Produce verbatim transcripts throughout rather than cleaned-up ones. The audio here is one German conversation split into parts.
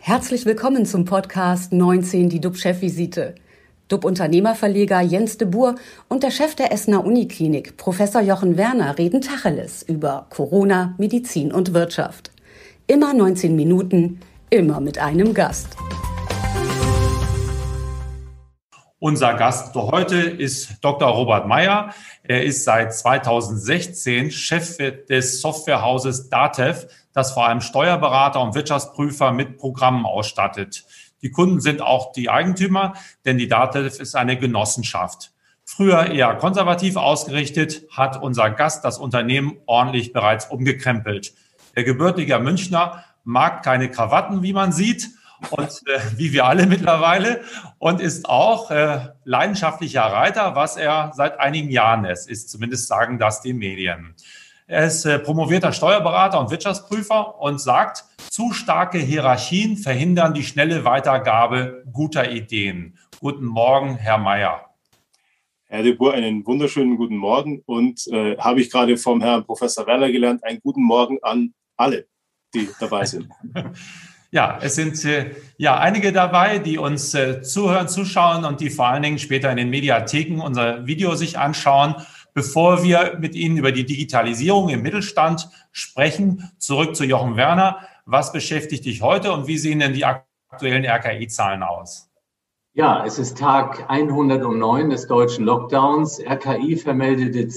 Herzlich willkommen zum Podcast neunzehn, die D U B-Chefvisite. D U B-Unternehmerverleger Jens de Boer und der Chef der Essener Uniklinik, Professor Jochen Werner, reden Tacheles über Corona, Medizin und Wirtschaft. Immer neunzehn Minuten, immer mit einem Gast. Unser Gast für heute ist Doktor Robert Meyer. Er ist seit zweitausendsechzehn Chef des Softwarehauses DATEV, das vor allem Steuerberater und Wirtschaftsprüfer mit Programmen ausstattet. Die Kunden sind auch die Eigentümer, denn die DATEV ist eine Genossenschaft. Früher eher konservativ ausgerichtet, hat unser Gast das Unternehmen ordentlich bereits umgekrempelt. Der gebürtige Münchner mag keine Krawatten, wie man sieht, und äh, wie wir alle mittlerweile, und ist auch äh, leidenschaftlicher Reiter, was er seit einigen Jahren ist, ist zumindest sagen das die Medien. Er ist äh, promovierter Steuerberater und Wirtschaftsprüfer und sagt, zu starke Hierarchien verhindern die schnelle Weitergabe guter Ideen. Guten Morgen, Herr Meyer. Herr de Boer, einen wunderschönen guten Morgen und äh, habe ich gerade vom Herrn Professor Werner gelernt, einen guten Morgen an alle, die dabei sind. Ja, es sind äh, ja einige dabei, die uns äh, zuhören, zuschauen und die vor allen Dingen später in den Mediatheken unser Video sich anschauen. Bevor wir mit Ihnen über die Digitalisierung im Mittelstand sprechen, zurück zu Jochen Werner. Was beschäftigt dich heute und wie sehen denn die aktuellen R K I-Zahlen aus? Ja, es ist Tag hundertneun des deutschen Lockdowns. R K I vermeldete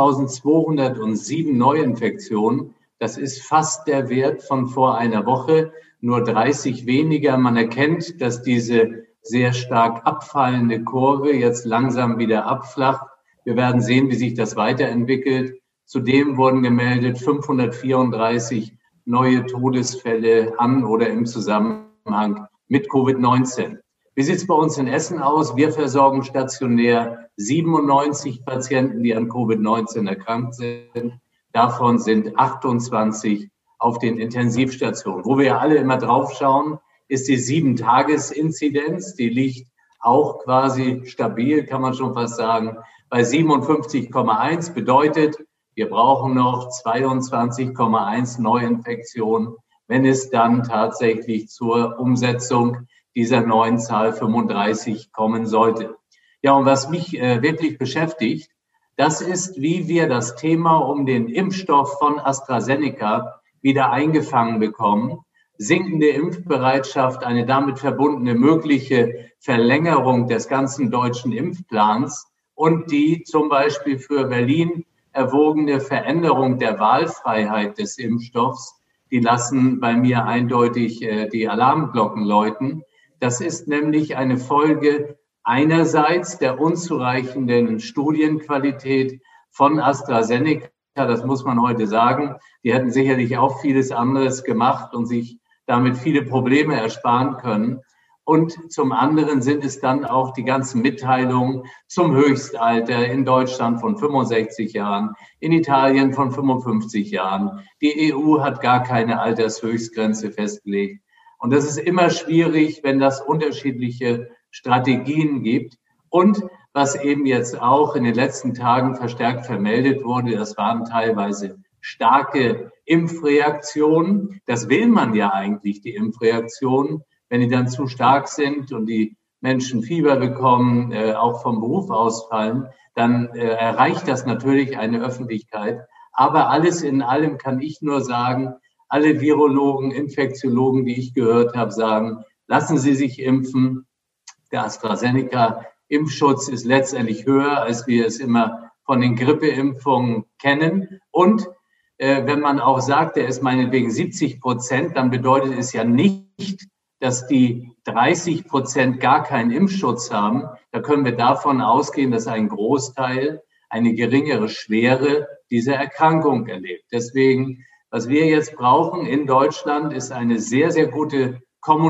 zehntausendzweihundertsieben Neuinfektionen. Das ist fast der Wert von vor einer Woche, nur dreißig weniger. Man erkennt, dass diese sehr stark abfallende Kurve jetzt langsam wieder abflacht. Wir werden sehen, wie sich das weiterentwickelt. Zudem wurden gemeldet fünfhundertvierunddreißig neue Todesfälle an oder im Zusammenhang mit Covid neunzehn. Wie sieht es bei uns in Essen aus? Wir versorgen stationär siebenundneunzig Patienten, die an Covid neunzehn erkrankt sind. Davon sind achtundzwanzig auf den Intensivstationen. Wo wir alle immer drauf schauen, ist die sieben-Tages-Inzidenz. Die liegt auch quasi stabil, kann man schon fast sagen, bei siebenundfünfzig Komma eins. Bedeutet, wir brauchen noch zweiundzwanzig Komma eins Neuinfektionen, wenn es dann tatsächlich zur Umsetzung dieser neuen Zahl fünfunddreißig kommen sollte. Ja, und was mich äh, wirklich beschäftigt, das ist, wie wir das Thema um den Impfstoff von AstraZeneca wieder eingefangen bekommen. Sinkende Impfbereitschaft, eine damit verbundene mögliche Verlängerung des ganzen deutschen Impfplans und die zum Beispiel für Berlin erwogene Veränderung der Wahlfreiheit des Impfstoffs, die lassen bei mir eindeutig äh, die Alarmglocken läuten. Das ist nämlich eine Folge einerseits der unzureichenden Studienqualität von AstraZeneca. Das muss man heute sagen. Die hätten sicherlich auch vieles anderes gemacht und sich damit viele Probleme ersparen können. Und zum anderen sind es dann auch die ganzen Mitteilungen zum Höchstalter in Deutschland von fünfundsechzig Jahren, in Italien von fünfundfünfzig Jahren. Die E U hat gar keine Altershöchstgrenze festgelegt. Und das ist immer schwierig, wenn das unterschiedliche Strategien gibt. Und was eben jetzt auch in den letzten Tagen verstärkt vermeldet wurde, das waren teilweise starke Impfreaktionen. Das will man ja eigentlich, die Impfreaktionen. Wenn die dann zu stark sind und die Menschen Fieber bekommen, äh, auch vom Beruf ausfallen, dann äh, erreicht das natürlich eine Öffentlichkeit. Aber alles in allem kann ich nur sagen, alle Virologen, Infektiologen, die ich gehört habe, sagen, lassen Sie sich impfen. Der AstraZeneca-Impfschutz ist letztendlich höher, als wir es immer von den Grippeimpfungen kennen. Und äh, wenn man auch sagt, der ist meinetwegen siebzig Prozent, dann bedeutet es ja nicht, dass die dreißig Prozent gar keinen Impfschutz haben. Da können wir davon ausgehen, dass ein Großteil eine geringere Schwere dieser Erkrankung erlebt. Deswegen, was wir jetzt brauchen in Deutschland, ist eine sehr, sehr gute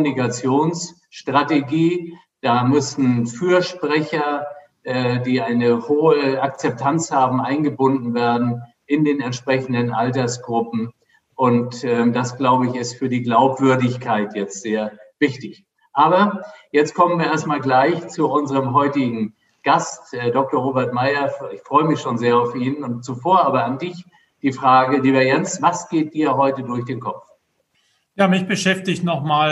Kommunikationsstrategie. Da müssen Fürsprecher, äh, die eine hohe Akzeptanz haben, eingebunden werden in den entsprechenden Altersgruppen. Und äh, das, glaube ich, ist für die Glaubwürdigkeit jetzt sehr wichtig. Aber jetzt kommen wir erstmal gleich zu unserem heutigen Gast, äh, Doktor Robert Meyer. Ich freue mich schon sehr auf ihn. Und zuvor aber an dich die Frage, lieber Jens, was geht dir heute durch den Kopf? Ja, mich beschäftigt nochmal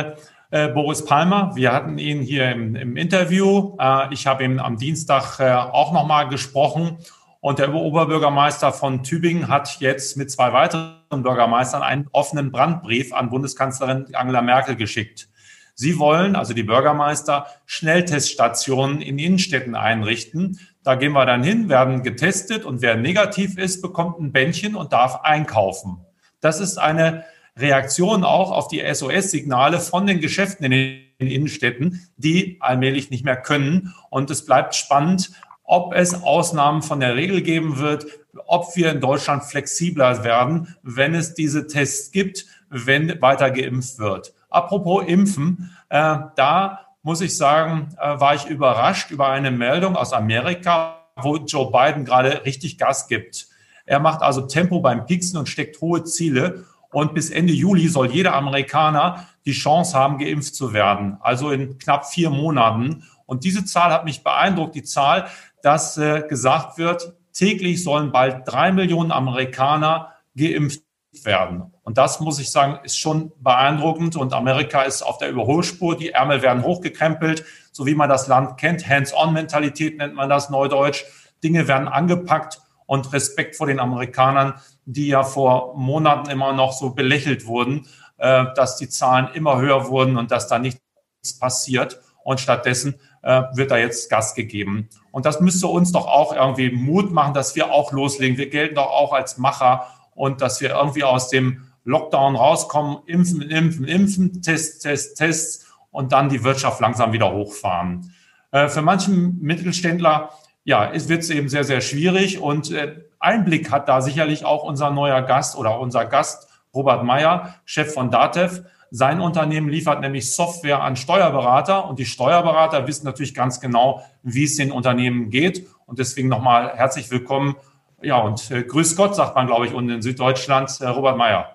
Äh, Boris Palmer, wir hatten ihn hier im, im Interview. Äh, ich habe ihn am Dienstag äh, auch nochmal gesprochen. Und der Oberbürgermeister von Tübingen hat jetzt mit zwei weiteren Bürgermeistern einen offenen Brandbrief an Bundeskanzlerin Angela Merkel geschickt. Sie wollen, also die Bürgermeister, Schnellteststationen in Innenstädten einrichten. Da gehen wir dann hin, werden getestet und wer negativ ist, bekommt ein Bändchen und darf einkaufen. Das ist eine Reaktion auch auf die S O S-Signale von den Geschäften in den Innenstädten, die allmählich nicht mehr können. Und es bleibt spannend, ob es Ausnahmen von der Regel geben wird, ob wir in Deutschland flexibler werden, wenn es diese Tests gibt, wenn weiter geimpft wird. Apropos Impfen, äh, da muss ich sagen, äh, war ich überrascht über eine Meldung aus Amerika, wo Joe Biden gerade richtig Gas gibt. Er macht also Tempo beim Pieksen und steckt hohe Ziele. Und bis Ende Juli soll jeder Amerikaner die Chance haben, geimpft zu werden. Also in knapp vier Monaten. Und diese Zahl hat mich beeindruckt, die Zahl, dass äh, gesagt wird, täglich sollen bald drei Millionen Amerikaner geimpft werden. Und das, muss ich sagen, ist schon beeindruckend. Und Amerika ist auf der Überholspur. Die Ärmel werden hochgekrempelt, so wie man das Land kennt. Hands-on-Mentalität nennt man das neudeutsch. Dinge werden angepackt und Respekt vor den Amerikanern, die ja vor Monaten immer noch so belächelt wurden, äh, dass die Zahlen immer höher wurden und dass da nichts passiert. Und stattdessen äh, wird da jetzt Gas gegeben. Und das müsste uns doch auch irgendwie Mut machen, dass wir auch loslegen. Wir gelten doch auch als Macher und dass wir irgendwie aus dem Lockdown rauskommen, impfen, impfen, impfen, Tests, Tests, Tests und dann die Wirtschaft langsam wieder hochfahren. Äh, für manchen Mittelständler, ja, es wird eben sehr, sehr schwierig und äh, Einblick hat da sicherlich auch unser neuer Gast oder unser Gast Robert Meyer, Chef von DATEV. Sein Unternehmen liefert nämlich Software an Steuerberater und die Steuerberater wissen natürlich ganz genau, wie es den Unternehmen geht und deswegen nochmal herzlich willkommen. Ja, und äh, grüß Gott, sagt man, glaube ich, unten in Süddeutschland, äh, Robert Meyer.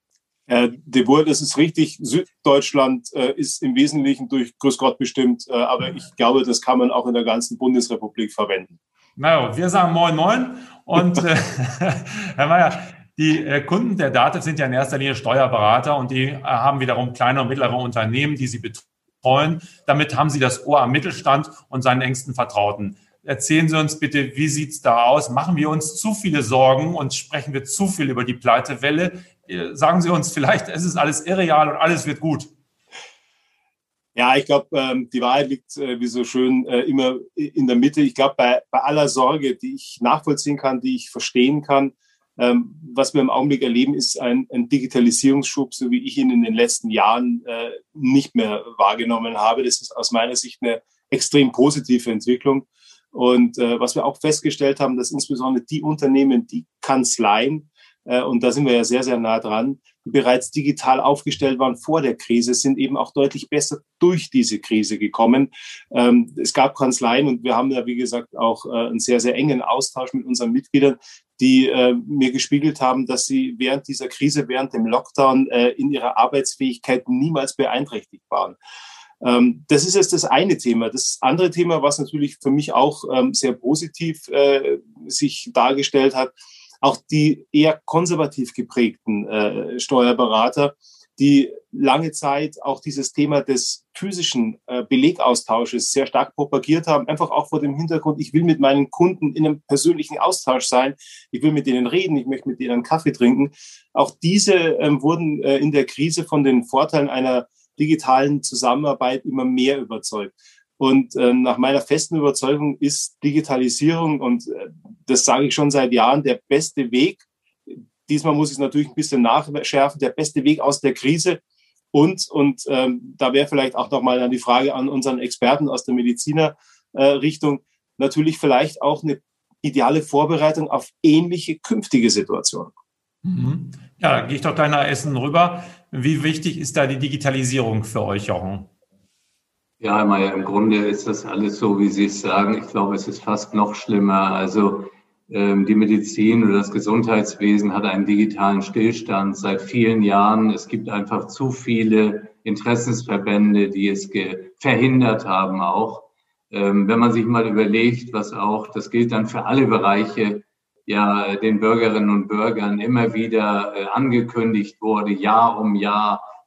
Herr de Boer, das ist richtig. Süddeutschland äh, ist im Wesentlichen durch Grüß Gott bestimmt, äh, aber ich glaube, das kann man auch in der ganzen Bundesrepublik verwenden. Naja, wir sagen Moin Moin und äh, Herr Meyer, die äh, Kunden der DATEV sind ja in erster Linie Steuerberater und die äh, haben wiederum kleine und mittlere Unternehmen, die sie betreuen. Damit haben sie das Ohr am Mittelstand und seinen engsten Vertrauten. Erzählen Sie uns bitte, wie sieht's da aus? Machen wir uns zu viele Sorgen und sprechen wir zu viel über die Pleitewelle? Sagen Sie uns vielleicht, es ist alles irreal und alles wird gut. Ja, ich glaube, ähm, die Wahrheit liegt, äh, wie so schön, äh, immer in der Mitte. Ich glaube, bei, bei aller Sorge, die ich nachvollziehen kann, die ich verstehen kann, ähm, was wir im Augenblick erleben, ist ein, ein Digitalisierungsschub, so wie ich ihn in den letzten Jahren äh, nicht mehr wahrgenommen habe. Das ist aus meiner Sicht eine extrem positive Entwicklung. Und äh, was wir auch festgestellt haben, dass insbesondere die Unternehmen, die Kanzleien, äh, und da sind wir ja sehr, sehr nah dran, die bereits digital aufgestellt waren vor der Krise, sind eben auch deutlich besser durch diese Krise gekommen. Ähm, es gab Kanzleien und wir haben ja, wie gesagt, auch äh, einen sehr, sehr engen Austausch mit unseren Mitgliedern, die äh, mir gespiegelt haben, dass sie während dieser Krise, während dem Lockdown äh, in ihrer Arbeitsfähigkeit niemals beeinträchtigt waren. Das ist jetzt das eine Thema. Das andere Thema, was natürlich für mich auch ähm, sehr positiv äh, sich dargestellt hat, auch die eher konservativ geprägten äh, Steuerberater, die lange Zeit auch dieses Thema des physischen äh, Belegaustausches sehr stark propagiert haben, einfach auch vor dem Hintergrund, ich will mit meinen Kunden in einem persönlichen Austausch sein, ich will mit denen reden, ich möchte mit denen einen Kaffee trinken. Auch diese ähm, wurden äh, in der Krise von den Vorteilen einer digitalen Zusammenarbeit immer mehr überzeugt. Und äh, nach meiner festen Überzeugung ist Digitalisierung, und äh, das sage ich schon seit Jahren, der beste Weg. Diesmal muss ich es natürlich ein bisschen nachschärfen, der beste Weg aus der Krise. Und, und ähm, da wäre vielleicht auch nochmal dann die Frage an unseren Experten aus der Medizinerrichtung, äh, natürlich vielleicht auch eine ideale Vorbereitung auf ähnliche künftige Situationen. Mhm. Ja, da gehe ich doch gleich nach Essen rüber. Wie wichtig ist da die Digitalisierung für euch, Jochen? Ja, Herr Meyer, im Grunde ist das alles so, wie Sie es sagen. Ich glaube, es ist fast noch schlimmer. Also ähm, die Medizin oder das Gesundheitswesen hat einen digitalen Stillstand seit vielen Jahren. Es gibt einfach zu viele Interessensverbände, die es ge- verhindert haben auch. Ähm, wenn man sich mal überlegt, was auch, das gilt dann für alle Bereiche, ja, den Bürgerinnen und Bürgern immer wieder äh, angekündigt wurde, Jahr um Jahr,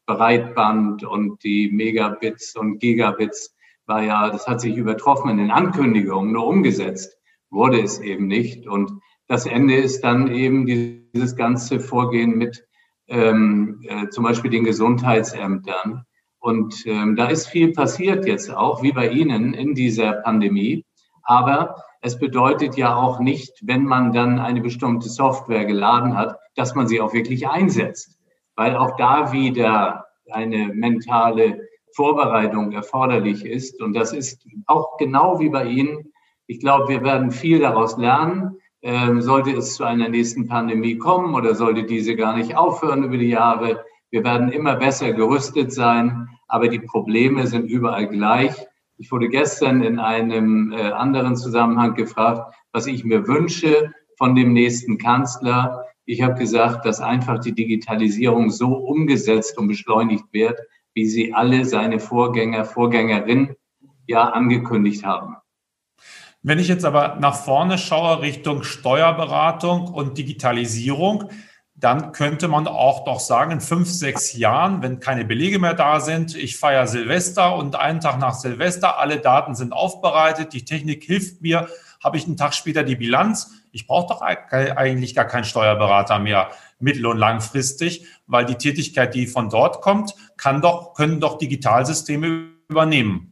Breitband und die Megabits und Gigabits war ja, das hat sich übertroffen in den Ankündigungen, nur umgesetzt wurde es eben nicht. Und das Ende ist dann eben dieses ganze Vorgehen mit ähm, äh, zum Beispiel den Gesundheitsämtern. Und ähm, da ist viel passiert jetzt auch, wie bei Ihnen in dieser Pandemie. Aber es bedeutet ja auch nicht, wenn man dann eine bestimmte Software geladen hat, dass man sie auch wirklich einsetzt. Weil auch da wieder eine mentale Vorbereitung erforderlich ist. Und das ist auch genau wie bei Ihnen. Ich glaube, wir werden viel daraus lernen. Ähm, sollte es zu einer nächsten Pandemie kommen oder sollte diese gar nicht aufhören über die Jahre, wir werden immer besser gerüstet sein, aber die Probleme sind überall gleich. Ich wurde gestern in einem äh, anderen Zusammenhang gefragt, was ich mir wünsche von dem nächsten Kanzler. Ich habe gesagt, dass einfach die Digitalisierung so umgesetzt und beschleunigt wird, wie sie alle seine Vorgänger, Vorgängerinnen ja angekündigt haben. Wenn ich jetzt aber nach vorne schaue Richtung Steuerberatung und Digitalisierung, dann könnte man auch doch sagen, in fünf, sechs Jahren, wenn keine Belege mehr da sind, ich feiere Silvester und einen Tag nach Silvester, alle Daten sind aufbereitet, die Technik hilft mir, habe ich einen Tag später die Bilanz. Ich brauche doch eigentlich gar keinen Steuerberater mehr mittel- und langfristig, weil die Tätigkeit, die von dort kommt, kann doch, können doch Digitalsysteme übernehmen.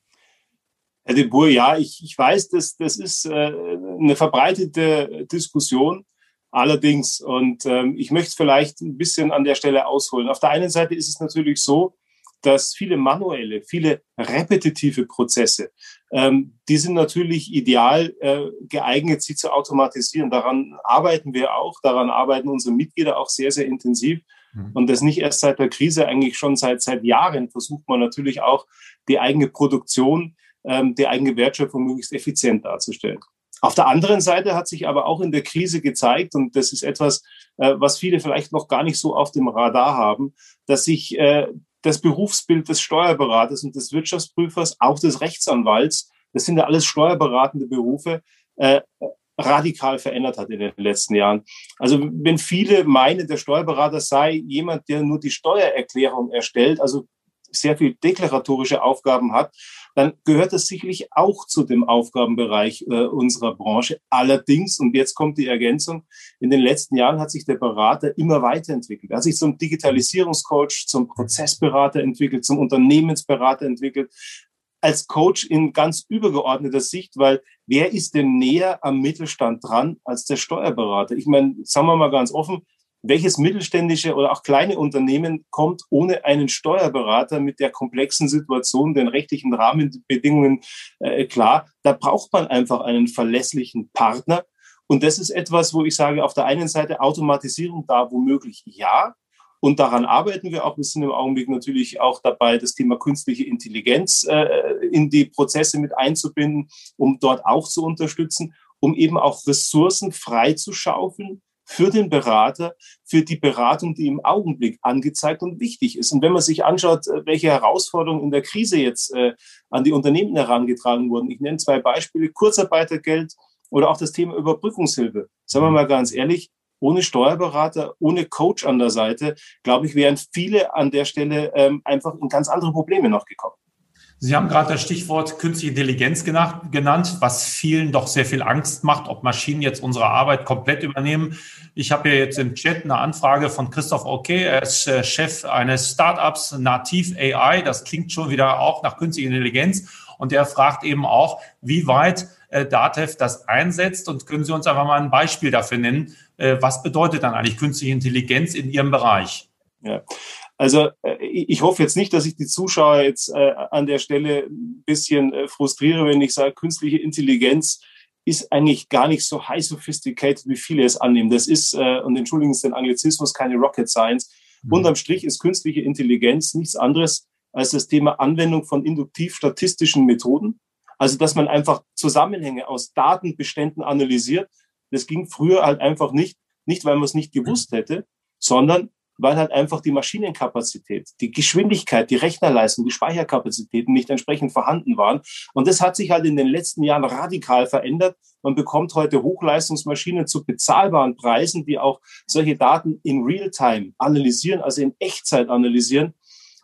Herr de Boer, ja, ich, ich weiß, das, das ist äh, eine verbreitete Diskussion. Allerdings, und ähm, ich möchte vielleicht ein bisschen an der Stelle ausholen. Auf der einen Seite ist es natürlich so, dass viele manuelle, viele repetitive Prozesse, ähm, die sind natürlich ideal äh, geeignet, sie zu automatisieren. Daran arbeiten wir auch, daran arbeiten unsere Mitglieder auch sehr, sehr intensiv. Mhm. Und das nicht erst seit der Krise, eigentlich schon seit, seit Jahren versucht man natürlich auch, die eigene Produktion, ähm, die eigene Wertschöpfung möglichst effizient darzustellen. Auf der anderen Seite hat sich aber auch in der Krise gezeigt, und das ist etwas, äh, was viele vielleicht noch gar nicht so auf dem Radar haben, dass sich äh, das Berufsbild des Steuerberaters und des Wirtschaftsprüfers, auch des Rechtsanwalts, das sind ja alles steuerberatende Berufe, äh, radikal verändert hat in den letzten Jahren. Also wenn viele meinen, der Steuerberater sei jemand, der nur die Steuererklärung erstellt, also sehr viel deklaratorische Aufgaben hat, dann gehört das sicherlich auch zu dem Aufgabenbereich äh, unserer Branche. Allerdings, und jetzt kommt die Ergänzung, in den letzten Jahren hat sich der Berater immer weiterentwickelt. Er hat sich zum Digitalisierungscoach, zum Prozessberater entwickelt, zum Unternehmensberater entwickelt, als Coach in ganz übergeordneter Sicht, weil wer ist denn näher am Mittelstand dran als der Steuerberater? Ich meine, sagen wir mal ganz offen, welches mittelständische oder auch kleine Unternehmen kommt ohne einen Steuerberater mit der komplexen Situation, den rechtlichen Rahmenbedingungen äh, klar? Da braucht man einfach einen verlässlichen Partner. Und das ist etwas, wo ich sage, auf der einen Seite Automatisierung da womöglich ja. Und daran arbeiten wir auch. Wir sind im Augenblick natürlich auch dabei, das Thema künstliche Intelligenz äh, in die Prozesse mit einzubinden, um dort auch zu unterstützen, um eben auch Ressourcen frei zu schaufeln für den Berater, für die Beratung, die im Augenblick angezeigt und wichtig ist. Und wenn man sich anschaut, welche Herausforderungen in der Krise jetzt äh, an die Unternehmen herangetragen wurden, ich nenne zwei Beispiele, Kurzarbeitergeld oder auch das Thema Überbrückungshilfe. Sagen wir mal ganz ehrlich, ohne Steuerberater, ohne Coach an der Seite, glaube ich, wären viele an der Stelle ähm, einfach in ganz andere Probleme noch gekommen. Sie haben gerade das Stichwort künstliche Intelligenz genannt, was vielen doch sehr viel Angst macht, ob Maschinen jetzt unsere Arbeit komplett übernehmen. Ich habe hier jetzt im Chat eine Anfrage von Christoph Oke, er ist Chef eines Startups, Nativ A I, das klingt schon wieder auch nach künstlicher Intelligenz. Und der fragt eben auch, wie weit äh, DATEV das einsetzt. Und können Sie uns einfach mal ein Beispiel dafür nennen, äh, was bedeutet dann eigentlich künstliche Intelligenz in Ihrem Bereich? Ja. Also ich hoffe jetzt nicht, dass ich die Zuschauer jetzt äh, an der Stelle ein bisschen äh, frustriere, wenn ich sage, künstliche Intelligenz ist eigentlich gar nicht so high sophisticated, wie viele es annehmen. Das ist, äh, und entschuldigen Sie den Anglizismus, keine Rocket Science. Mhm. Unterm Strich ist künstliche Intelligenz nichts anderes als das Thema Anwendung von induktiv-statistischen Methoden. Also dass man einfach Zusammenhänge aus Datenbeständen analysiert. Das ging früher halt einfach nicht, nicht weil man es nicht gewusst hätte, sondern weil halt einfach die Maschinenkapazität, die Geschwindigkeit, die Rechnerleistung, die Speicherkapazitäten nicht entsprechend vorhanden waren. Und das hat sich halt in den letzten Jahren radikal verändert. Man bekommt heute Hochleistungsmaschinen zu bezahlbaren Preisen, die auch solche Daten in Realtime analysieren, also in Echtzeit analysieren.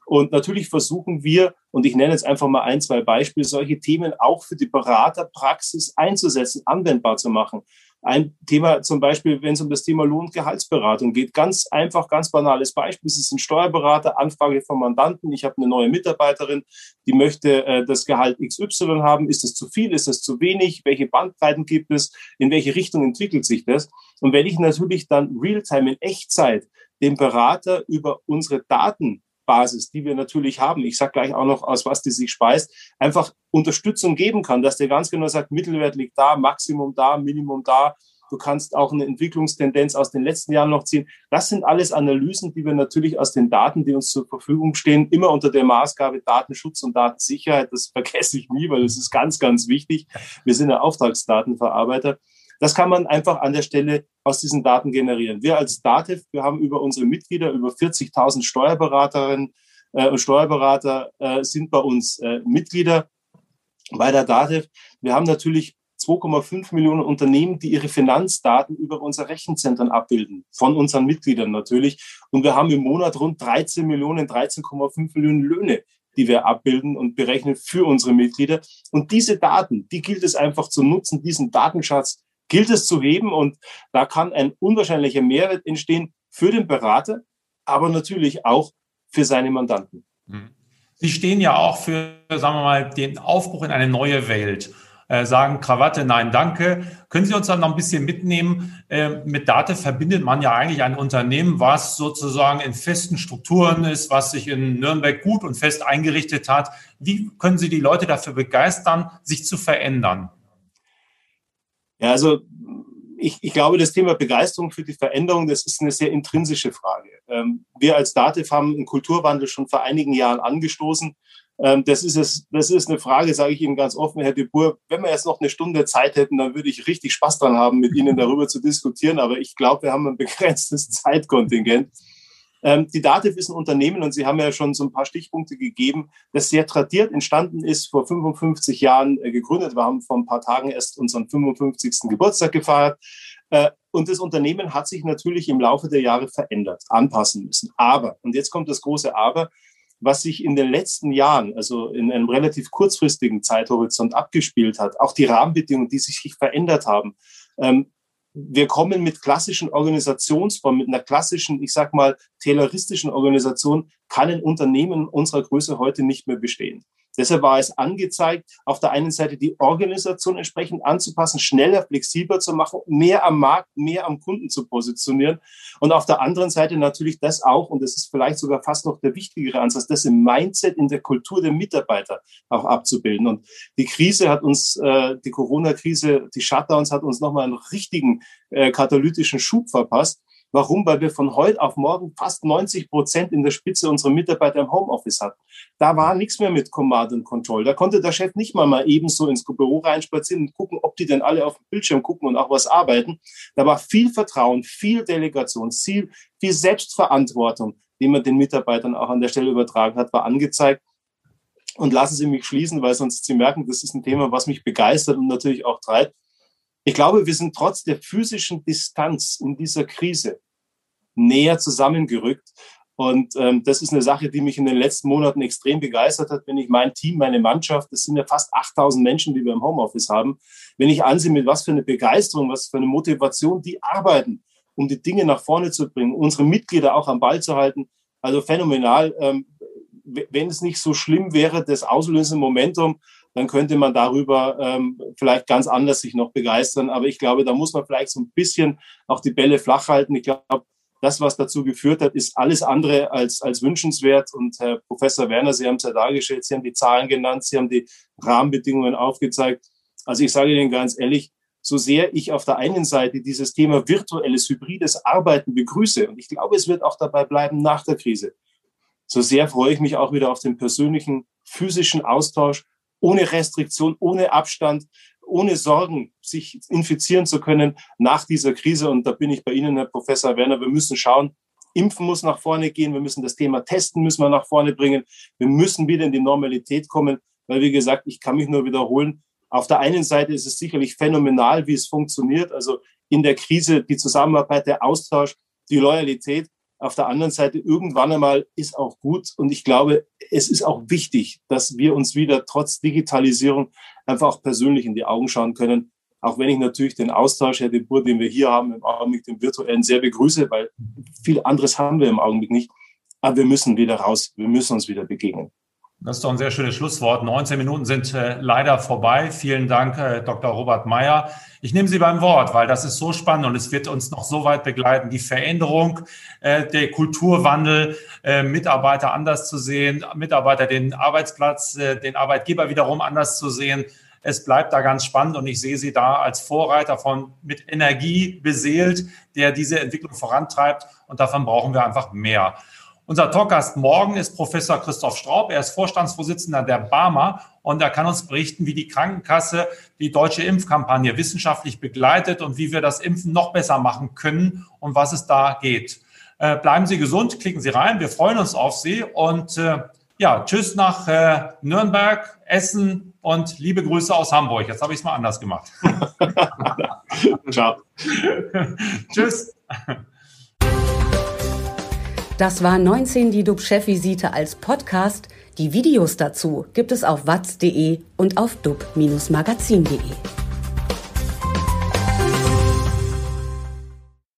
Und natürlich versuchen wir, und ich nenne jetzt einfach mal ein, zwei Beispiele, solche Themen auch für die Beraterpraxis einzusetzen, anwendbar zu machen. Ein Thema zum Beispiel, wenn es um das Thema Lohn- und Gehaltsberatung geht, ganz einfach, ganz banales Beispiel. Es ist ein Steuerberater, Anfrage vom Mandanten. Ich habe eine neue Mitarbeiterin, die möchte äh, das Gehalt X Y haben. Ist das zu viel? Ist das zu wenig? Welche Bandbreiten gibt es? In welche Richtung entwickelt sich das? Und wenn ich natürlich dann Realtime in Echtzeit dem Berater über unsere Daten Basis, die wir natürlich haben, ich sage gleich auch noch, aus was die sich speist, einfach Unterstützung geben kann, dass der ganz genau sagt, Mittelwert liegt da, Maximum da, Minimum da. Du kannst auch eine Entwicklungstendenz aus den letzten Jahren noch ziehen. Das sind alles Analysen, die wir natürlich aus den Daten, die uns zur Verfügung stehen, immer unter der Maßgabe Datenschutz und Datensicherheit. Das vergesse ich nie, weil das ist ganz, ganz wichtig. Wir sind ja Auftragsdatenverarbeiter. Das kann man einfach an der Stelle aus diesen Daten generieren. Wir als DATEV, wir haben über unsere Mitglieder, über vierzigtausend Steuerberaterinnen äh, und Steuerberater äh, sind bei uns äh, Mitglieder bei der DATEV. Wir haben natürlich zwei Komma fünf Millionen Unternehmen, die ihre Finanzdaten über unsere Rechenzentren abbilden, von unseren Mitgliedern natürlich. Und wir haben im Monat rund dreizehn Millionen, dreizehn Komma fünf Millionen Löhne, die wir abbilden und berechnen für unsere Mitglieder. Und diese Daten, die gilt es einfach zu nutzen, diesen Datenschatz gilt es zu heben, und da kann ein unwahrscheinlicher Mehrwert entstehen für den Berater, aber natürlich auch für seine Mandanten. Sie stehen ja auch für, sagen wir mal, den Aufbruch in eine neue Welt. Äh, sagen Krawatte, nein, danke. Können Sie uns dann noch ein bisschen mitnehmen? Äh, mit DATEV verbindet man ja eigentlich ein Unternehmen, was sozusagen in festen Strukturen ist, was sich in Nürnberg gut und fest eingerichtet hat. Wie können Sie die Leute dafür begeistern, sich zu verändern? Ja, also ich, ich glaube, das Thema Begeisterung für die Veränderung, das ist eine sehr intrinsische Frage. Ähm, wir als DATEV haben einen Kulturwandel schon vor einigen Jahren angestoßen. Ähm, das ist es, das ist eine Frage, sage ich Ihnen ganz offen, Herr de Boer, wenn wir jetzt noch eine Stunde Zeit hätten, dann würde ich richtig Spaß dran haben, mit Ihnen darüber zu diskutieren. Aber ich glaube, wir haben ein begrenztes Zeitkontingent. Ähm, die DATEV ist ein Unternehmen, und Sie haben ja schon so ein paar Stichpunkte gegeben, das sehr tradiert entstanden ist, vor fünfundfünfzig Jahren äh, gegründet. Wir haben vor ein paar Tagen erst unseren fünfundfünfzigsten Geburtstag gefeiert. Äh, und das Unternehmen hat sich natürlich im Laufe der Jahre verändert, anpassen müssen. Aber, und jetzt kommt das große Aber, was sich in den letzten Jahren, also in einem relativ kurzfristigen Zeithorizont abgespielt hat, auch die Rahmenbedingungen, die sich verändert haben. Ähm, Wir kommen mit klassischen Organisationsformen, mit einer klassischen, ich sag mal, tayloristischen Organisation, kann ein Unternehmen unserer Größe heute nicht mehr bestehen. Deshalb war es angezeigt, auf der einen Seite die Organisation entsprechend anzupassen, schneller, flexibler zu machen, mehr am Markt, mehr am Kunden zu positionieren. Und auf der anderen Seite natürlich das auch, und das ist vielleicht sogar fast noch der wichtigere Ansatz, das im Mindset, in der Kultur der Mitarbeiter auch abzubilden. Und die Krise hat uns, äh, die Corona-Krise, die Shutdowns hat uns nochmal einen richtigen äh, katalytischen Schub verpasst. Warum? Weil wir von heute auf morgen fast neunzig Prozent in der Spitze unserer Mitarbeiter im Homeoffice hatten. Da war nichts mehr mit Command and Control. Da konnte der Chef nicht mal mal eben so ins Büro reinspazieren und gucken, ob die denn alle auf dem Bildschirm gucken und auch was arbeiten. Da war viel Vertrauen, viel Delegation, viel, viel Selbstverantwortung, die man den Mitarbeitern auch an der Stelle übertragen hat, war angezeigt. Und lassen Sie mich schließen, weil sonst Sie merken, das ist ein Thema, was mich begeistert und natürlich auch treibt. Ich glaube, wir sind trotz der physischen Distanz in dieser Krise näher zusammengerückt. Und ähm, das ist eine Sache, die mich in den letzten Monaten extrem begeistert hat, wenn ich mein Team, meine Mannschaft, das sind ja fast achttausend Menschen, die wir im Homeoffice haben, wenn ich ansehe, mit was für eine Begeisterung, was für eine Motivation die arbeiten, um die Dinge nach vorne zu bringen, unsere Mitglieder auch am Ball zu halten. Also phänomenal. Ähm, wenn es nicht so schlimm wäre, das auslösende Momentum, dann könnte man darüber ähm, vielleicht ganz anders sich noch begeistern. Aber ich glaube, da muss man vielleicht so ein bisschen auch die Bälle flach halten. Ich glaube, das, was dazu geführt hat, ist alles andere als, als wünschenswert. Und Herr Professor Werner, Sie haben es ja dargestellt, Sie haben die Zahlen genannt, Sie haben die Rahmenbedingungen aufgezeigt. Also ich sage Ihnen ganz ehrlich, so sehr ich auf der einen Seite dieses Thema virtuelles, hybrides Arbeiten begrüße, und ich glaube, es wird auch dabei bleiben nach der Krise, so sehr freue ich mich auch wieder auf den persönlichen, physischen Austausch, ohne Restriktion, ohne Abstand, ohne Sorgen, sich infizieren zu können nach dieser Krise. Und da bin ich bei Ihnen, Herr Professor Werner. Wir müssen schauen, Impfen muss nach vorne gehen. Wir müssen das Thema Testen müssen wir nach vorne bringen. Wir müssen wieder in die Normalität kommen, weil, wie gesagt, ich kann mich nur wiederholen. Auf der einen Seite ist es sicherlich phänomenal, wie es funktioniert. Also in der Krise die Zusammenarbeit, der Austausch, die Loyalität. Auf der anderen Seite, irgendwann einmal ist auch gut. Und ich glaube, es ist auch wichtig, dass wir uns wieder trotz Digitalisierung einfach auch persönlich in die Augen schauen können. Auch wenn ich natürlich den Austausch, Herr de Boer, den wir hier haben, im Augenblick den virtuellen, sehr begrüße, weil viel anderes haben wir im Augenblick nicht. Aber wir müssen wieder raus. Wir müssen uns wieder begegnen. Das ist doch ein sehr schönes Schlusswort. neunzehn Minuten sind äh, leider vorbei. Vielen Dank, äh, Doktor Robert Meyer. Ich nehme Sie beim Wort, weil das ist so spannend und es wird uns noch so weit begleiten. Die Veränderung, äh, der Kulturwandel, äh, Mitarbeiter anders zu sehen, Mitarbeiter den Arbeitsplatz, äh, den Arbeitgeber wiederum anders zu sehen. Es bleibt da ganz spannend und ich sehe Sie da als Vorreiter von mit Energie beseelt, der diese Entwicklung vorantreibt und davon brauchen wir einfach mehr. Unser Talkgast morgen ist Professor Christoph Straub. Er ist Vorstandsvorsitzender der BARMER und er kann uns berichten, wie die Krankenkasse die deutsche Impfkampagne wissenschaftlich begleitet und wie wir das Impfen noch besser machen können und was es da geht. Äh, bleiben Sie gesund, klicken Sie rein. Wir freuen uns auf Sie und äh, ja, tschüss nach äh, Nürnberg, Essen und liebe Grüße aus Hamburg. Jetzt habe ich es mal anders gemacht. Ciao. Tschüss. Das war neunzehn die D U B-Chefvisite als Podcast. Die Videos dazu gibt es auf watz punkt de und auf dub Bindestrich magazin punkt de.